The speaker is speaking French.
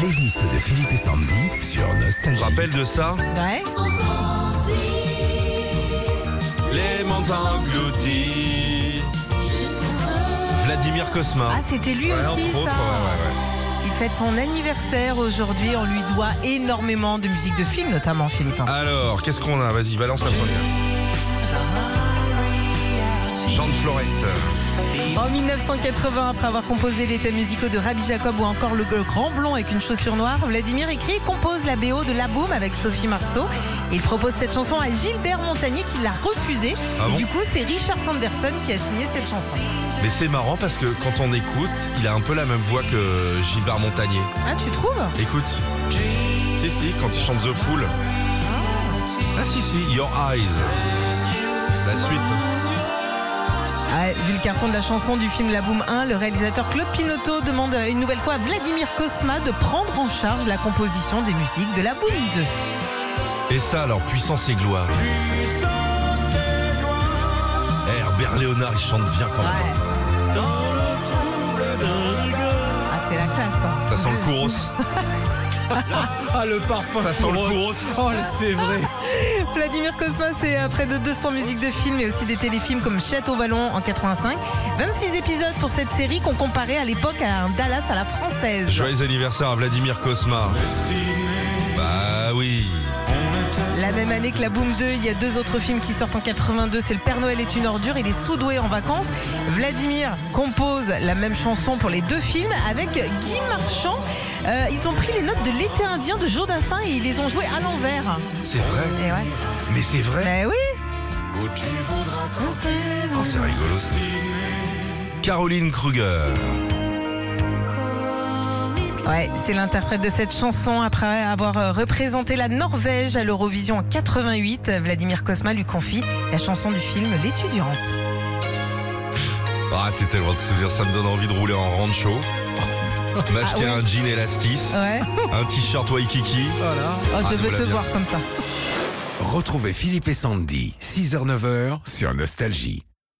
playlist de Philippe et Sandy sur Nostalgie. Tu te rappelles de ça? Ouais. Les mondes engloutis. Vladimir Cosma. Ah, c'était lui Ouais, aussi, entre autres, ça. ouais. Il fête son anniversaire aujourd'hui. On lui doit énormément de musique de film, notamment, Philippe. Alors, qu'est-ce qu'on a? Vas-y, balance la première. Jean de Florette. En 1980, après avoir composé les thèmes musicaux de Rabbi Jacob ou encore Le Grand Blond avec une chaussure noire, Vladimir écrit et compose la BO de La Boum avec Sophie Marceau. Et il propose cette chanson à Gilbert Montagnier qui l'a refusée. Ah bon? Et du coup, c'est Richard Sanderson qui a signé cette chanson. Mais c'est marrant parce que quand on écoute, il a un peu la même voix que Gilbert Montagnier. Ah, tu trouves? Écoute. Si, quand il chante The Fool. Ah si, Your Eyes. La suite. Ah, vu le carton de la chanson du film La Boum 1, le réalisateur Claude Pinoteau demande une nouvelle fois à Vladimir Cosma de prendre en charge la composition des musiques de La Boum 2. Et ça alors, Puissance et Gloire. Herbert Léonard, il chante bien quand même. Ah, c'est la classe. Hein. Ça sent le chorus. Ah, le parfum. Ça sent le chorus. Oh, c'est vrai. Vladimir Cosma, c'est près de 200 musiques de films et aussi des téléfilms comme Château Vallon en 85. 26 épisodes pour cette série qu'on comparait à l'époque à un Dallas à la française. Joyeux anniversaire à Vladimir Cosma. Bah oui. La même année que La Boum 2, il y a 2 autres films qui sortent en 82. C'est Le Père Noël est une ordure et Les Sous-doués en vacances. Vladimir compose la même chanson pour les 2 films avec Guy Marchand. Ils ont pris les notes de L'été indien de Jodassin et ils les ont jouées à l'envers. C'est vrai. Et ouais. Mais c'est vrai. Mais oui. Oh, c'est rigolo ça. Caroline Kruger. Ouais, c'est l'interprète de cette chanson après avoir représenté la Norvège à l'Eurovision en 88. Vladimir Cosma lui confie la chanson du film L'étudiante. Ah, c'est tellement de souvenirs, ça me donne envie de rouler en rancho. M'acheter Ah ouais. un jean élastis, Ouais. un t-shirt Waikiki. Voilà. Oh, je veux voilà te bien. voir comme ça. Retrouvez Philippe et Sandy, 6h-9h sur Nostalgie.